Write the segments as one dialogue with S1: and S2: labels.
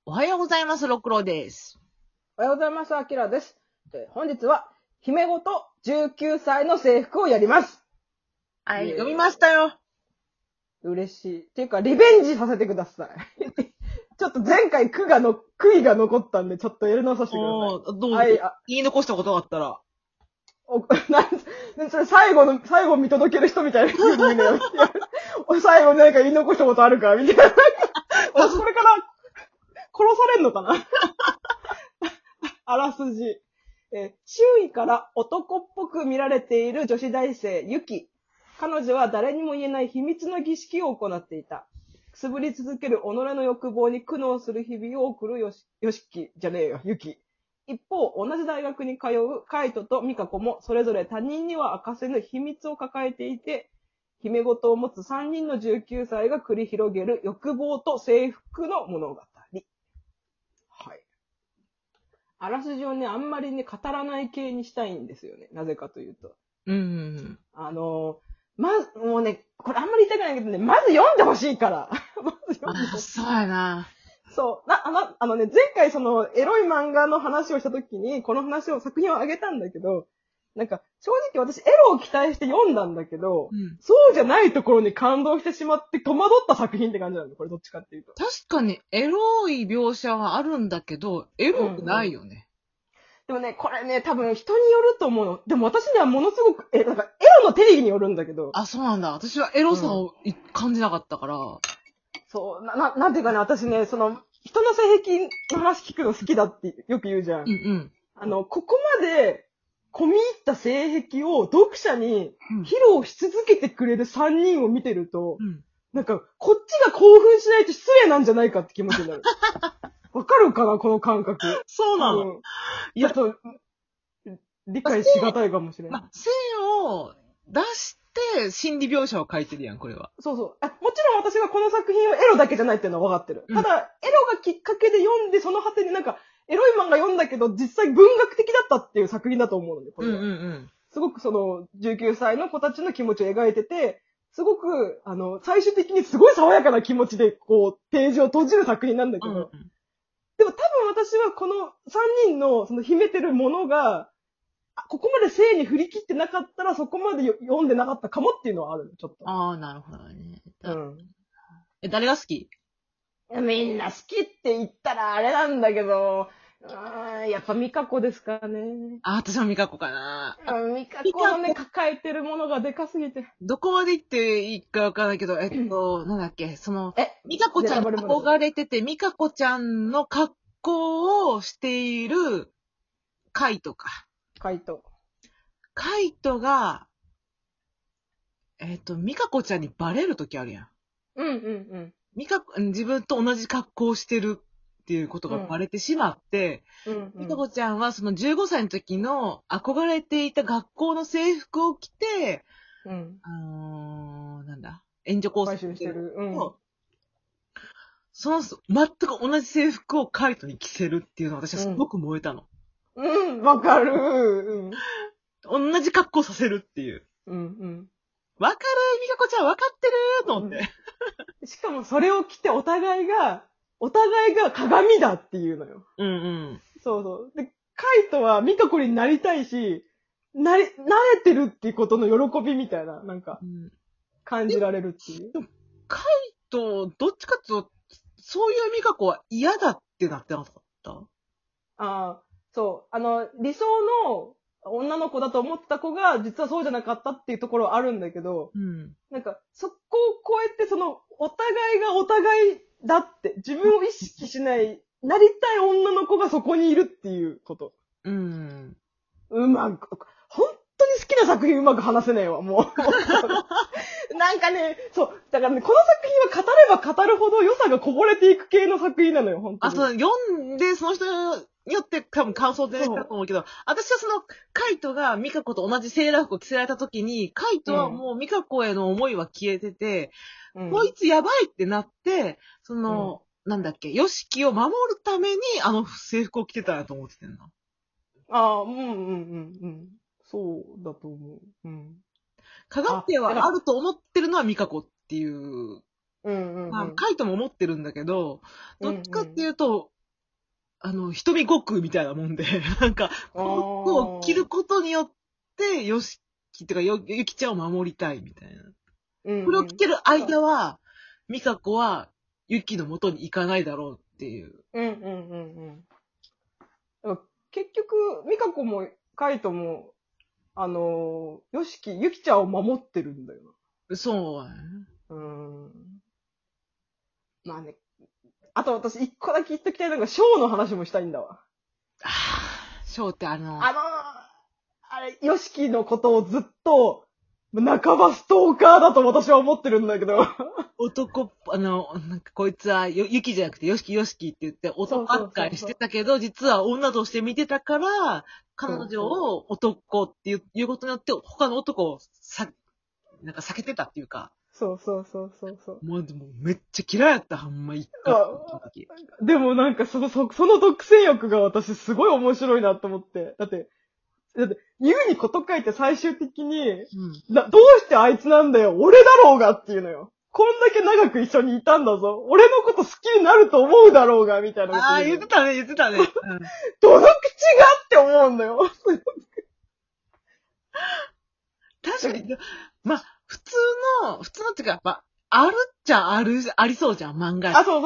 S1: おはようございます、ろくろです。
S2: おはようございます、あきらです。本日は、姫ごと19歳の制服をやります。
S1: はい、読みましたよ。
S2: 嬉しい。っていうか、リベンジさせてください。ちょっと前回悔いが残ったんで、ちょっとやり直させてください。
S1: どうぞ、
S2: はい、
S1: 言い残したことがあったら。
S2: それ最後見届ける人みたいな風に言うのよ。最後何か言い残したことあるかみたいな。これから殺されんのかなあらすじ。周囲から男っぽく見られている女子大生、ユキ。彼女は誰にも言えない秘密の儀式を行っていた。くすぶり続ける己の欲望に苦悩する日々を送るユキ。一方、同じ大学に通うカイトとミカコも、それぞれ他人には明かせぬ秘密を抱えていて、姫ごとを持つ3人の19歳が繰り広げる欲望と征服の物語。はい。あらすじをね、あんまりね、語らない系にしたいんですよね。なぜかというと。もうね、これあんまり言いたくないけどね、まず読んでほしいから。まず読んでほしい。
S1: そうやな。
S2: そう。前回その、エロい漫画の話をしたときに、この作品をあげたんだけど、なんか、正直私エロを期待して読んだんだけど、そうじゃないところに感動してしまって戸惑った作品って感じなんだよ。これどっちかっていうと。
S1: 確かにエロい描写はあるんだけど、エロくないよね。
S2: でもね、これね、多分人によると思うの。でも私にはものすごく、なんかエロの定義によるんだけど。
S1: あ、そうなんだ。私はエロさを感じなかったから。
S2: そう、なんていうかね、私ね、その、人の性癖の話聞くの好きだってよく言うじゃん。ここまで、込み入った性癖を読者に披露し続けてくれる3人を見てると、なんか、こっちが興奮しないと失礼なんじゃないかって気持ちになる。わかるかなこの感覚。
S1: そうなの。
S2: ちょっと、理解しがたいかもしれない。
S1: 線を出して心理描写を書いてるやん、これは。
S2: そうそう。もちろん私はこの作品はエロだけじゃないっていうのは分かってる。ただ、エロがきっかけで読んで、その果てになんか、エロい漫画読んだけど、実際文学的だったっていう作品だと思うので、これは。すごくその、19歳の子たちの気持ちを描いてて、すごく、最終的にすごい爽やかな気持ちで、こう、ページを閉じる作品なんだけど、でも多分私はこの3人のその秘めてるものが、ここまで性に振り切ってなかったらそこまで読んでなかったかもっていうのはあるの、ちょっと。
S1: ああ、なるほどね。誰が好き？
S2: みんな好きって言ったらあれなんだけど、やっぱミカコですかね。
S1: 私もミカコかな。
S2: ミカコのね、抱えてるものがでかすぎて。
S1: どこまで行っていいかわからないけど、なんだっけ、ミカコちゃんに憧れてて、ミカコちゃんの格好をしているカイトか。カイトが、ミカコちゃんにバレるときあるやん。自分と同じ格好をしてるっていうことがバレてしまって、ミカコちゃんはその15歳の時の憧れていた学校の制服を着て、援助コースしてる。その全く同じ制服をカイトに着せるっていうのは私はすごく燃えたの。
S2: わかる。
S1: 同じ格好させるっていう。わかるミカコちゃんわかってると思って。
S2: しかもそれを着てお互いが鏡だっていうのよ。そうそう。で、カイトはミカコになりたいし、慣れてるっていうことの喜びみたいな、なんか、感じられるっていう。
S1: カイト、どっちかっていうと、そういうミカコは嫌だってなってなかった？
S2: そう。理想の女の子だと思ってた子が、実はそうじゃなかったっていうところはあるんだけど、なんか、そこを超えて、お互いがお互いだって、自分を意識しない、なりたい女の子がそこにいるっていうこと。うまく、本当に好きな作品うまく話せないわ、もう。なんかね、そう、だからね、この作品は語れば語るほど良さがこぼれていく系の作品なのよ、本当に。
S1: 読んで、その人によって多分感想出てきたと思うけど、私はカイトがミカコと同じセーラー服を着せられた時に、カイトはもうミカコへの思いは消えてて、こいつやばいってなって、なんだっけ、ヨシキを守るために制服を着てたんやと思ってんな。
S2: そうだと思う。
S1: 科学系はあると思ってるのはミカコっていう。カイトも思ってるんだけど、どっちかっていうと、 瞳悟空みたいなもんで、なんか、この服を着ることによって、よしきってか、ゆきちゃんを守りたいみたいな。これを着てる間は、美香子は、ゆきの元に行かないだろうっていう。
S2: 結局、美香子も、カイトも、ゆきちゃんを守ってるんだよ
S1: な。そうね。
S2: まあね。あと私一個だけ言っときたいのが、ショーの話もしたいんだわ。
S1: ショーって
S2: あれ、ヨシキのことをずっと、半ばストーカーだと私は思ってるんだけど。
S1: なんかこいつはユキじゃなくてヨシキって言って男扱いしてたけど、実は女として見てたから、彼女を男っていうことによって他の男をなんか避けてたっていうか。
S2: そう。
S1: もうでもめっちゃ嫌いやった、ほんま一回。
S2: でもなんかその独占欲が私すごい面白いなと思って。だって、言うにこと書いて最終的に、どうしてあいつなんだよ、俺だろうがっていうのよ。こんだけ長く一緒にいたんだぞ。俺のこと好きになると思うだろうが、みたいなこと
S1: 言ってたね。
S2: どの口がって思うんだよ。
S1: 確かに、まあ、普通のっていうか、あるっちゃありそうじゃん、漫画。
S2: そう。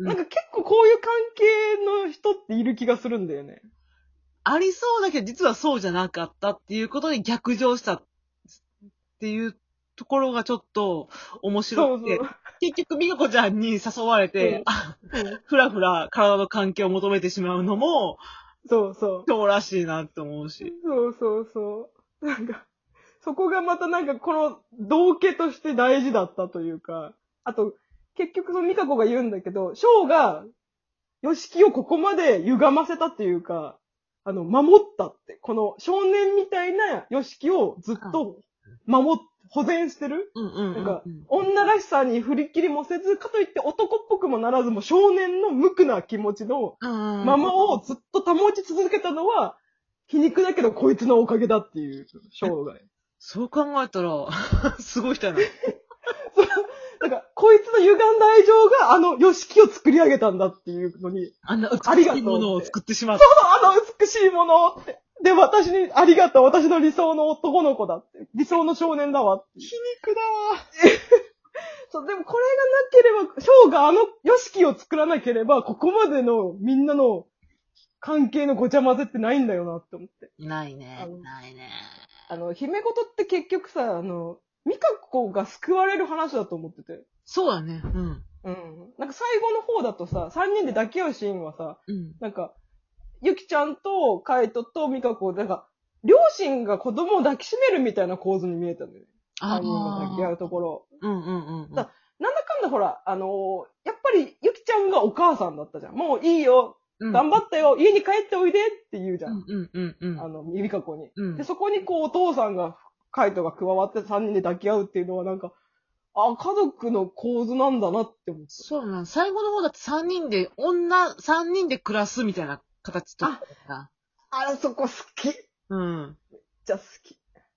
S2: なんか結構こういう関係の人っている気がするんだよね。
S1: ありそうだけど、実はそうじゃなかったっていうことに逆上したっていうところがちょっと面白くて、結局美香子ちゃんに誘われて、ふらふら体の関係を求めてしまうのも、そうらしいなって思うし。
S2: そう。なんか、そこがまたなんかこの道化として大事だったというか、あと、結局その美香子が言うんだけど、翔が、ヨシキをここまで歪ませたっていうか、守ったって。この少年みたいなヨシキをずっと保全してる。なんか、女らしさに振り切りもせず、かといって男っぽくもならずも少年の無垢な気持ちのままをずっと保ち続けたのは、皮肉だけどこいつのおかげだっていう、生涯。
S1: そう考えたら、すごい人やな。
S2: なんか、こいつの歪んだ愛情がヨシキを作り上げたんだっていうのに、
S1: あんな美しいものを作ってしまった。
S2: 美しいものって。で、私に、ありがとう、私の理想の男の子だって。理想の少年だわって。
S1: 皮肉だわ。
S2: そう、でもこれがなければ、翔がヨシキを作らなければ、ここまでのみんなの関係のごちゃ混ぜってないんだよなって思って。
S1: ないね。
S2: 姫事って結局さ、美香子が救われる話だと思ってて。
S1: そうだね。
S2: なんか最後の方だとさ、3人で抱き合うシーンはさ、なんか、ゆきちゃんとカイトと美香子、なんか、両親が子供を抱きしめるみたいな構図に見えたんだよね。3人が抱き合うところ。なんだかんだほら、やっぱりゆきちゃんがお母さんだったじゃん。もういいよ。頑張ったよ。家に帰っておいでって言うじゃん。美香子に。で、そこにこうお父さんが、カイトが加わって3人で抱き合うっていうのはなんか、家族の構図なんだなって思って。
S1: そうな。最後の方だって3人で暮らすみたいな形とか。
S2: あれそこ好き。めっちゃ好き。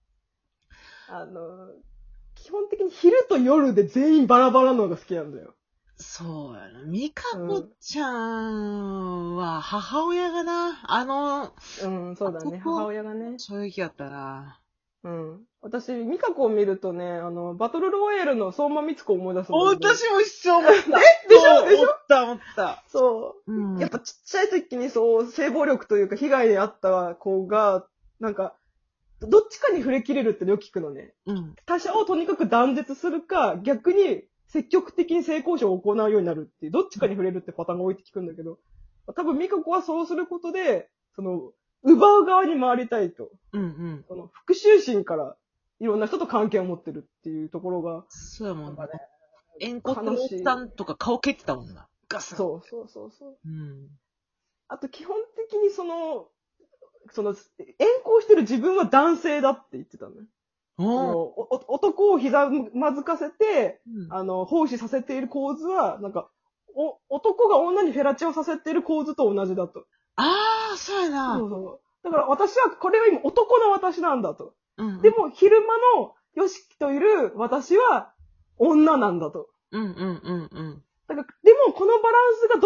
S2: 基本的に昼と夜で全員バラバラのが好きなんだよ。
S1: そうやな。美香子ちゃんは母親がな、
S2: そうだね。母親がね。
S1: 衝撃やったな。
S2: 私、美香子を見るとね、バトルロワイヤルの相馬光子を思い出すんだけど。
S1: 私も一緒思った。
S2: でしょ
S1: 思った。
S2: そう。やっぱちっちゃい時に性暴力というか被害に遭った子が、なんか、どっちかに触れ切れるってよく聞くのね。他者をとにかく断絶するか、逆に積極的に性交渉を行うようになるっていう、どっちかに触れるってパターンが多いって聞くんだけど、多分美香子はそうすることで、奪う側に回りたいと。復讐心からいろんな人と関係を持ってるっていうところが。
S1: そうやもんね。遠行のおっさんとか顔蹴ってたもんな。ガサッ。
S2: そう。あと基本的に遠行してる自分は男性だって言ってたのね。男をひざまずかせて、奉仕させている構図は、なんか、男が女にフェラチオさせている構図と同じだと。
S1: そうやな。
S2: だから私は、これは今男の私なんだと。でも、昼間のヨシキといる私は女なんだと。だから、でもこのバランスがどっち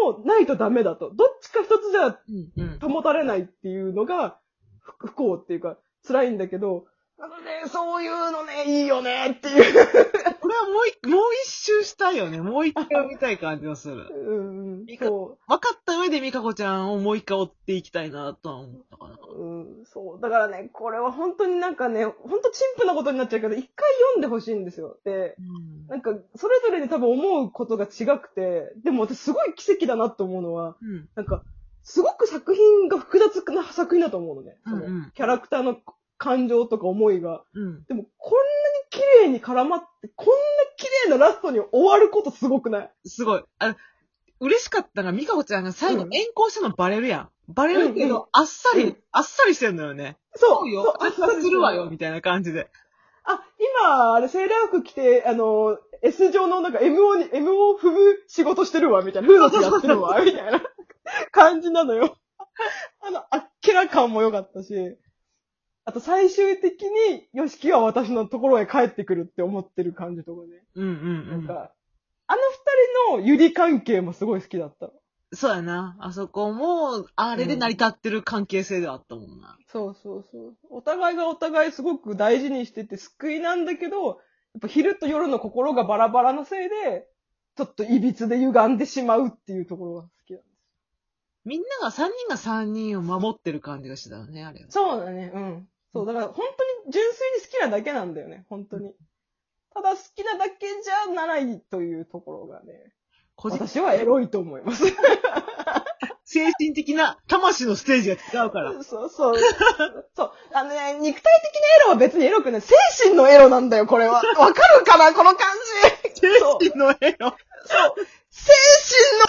S2: もないとダメだと。どっちか一つじゃ
S1: うんうん。
S2: 保たれないっていうのが不幸っていうか辛いんだけど、そういうのね、いいよねっていう。
S1: これはもう一周したいよね。もう一回見たい感じがする。
S2: そう。
S1: 分かった上でミカコちゃんをもう一回追っていきたいなとは思ったかな。
S2: そう。だからね、これは本当になんかね、本当陳腐なことになっちゃうけど、一回読んでほしいんですよ。で、なんか、それぞれに多分思うことが違くて、でも私すごい奇跡だなと思うのは、なんか、すごく作品が複雑な作品だと思うのね。そのキャラクターの感情とか思いが。でも、こんなに綺麗に絡まって、こんな綺麗なラストに終わることすごくない？
S1: すごい。嬉しかったのが、ミカコちゃんが最後遠行したのバレるやん。バレるけど、あっさりしてんのよね。そうよ。あっさりするわよ、みたいな感じで。
S2: 今、セーラー服着て、S 状のなんか MO 踏む仕事してるわ、みたいな。フードスやってるわ、みたいな感じなのよ。あっけら感も良かったし、あと最終的に、ヨシキは私のところへ帰ってくるって思ってる感じとかね。なんか、二人のユリ関係もすごい好きだったの。
S1: そうやな。あそこも、あれで成り立ってる関係性ではあったもんな。
S2: そう。お互いがお互いすごく大事にしてて救いなんだけど、やっぱ昼と夜の心がバラバラのせいで、ちょっと歪で歪んでしまうっていうところが好きなんです。
S1: みんなが3人が3人を守ってる感じがしてたよね、あれは。
S2: そうだね、そう、だから本当に純粋に好きなだけなんだよね、本当に。ただ好きなだけじゃならないというところがね、私はエロいと思います。
S1: 精神的な魂のステージが違うから。
S2: そう。肉体的なエロは別にエロくない。精神のエロなんだよ、これは。わかるかなこの感じ。
S1: 精神のエロ。
S2: そう。精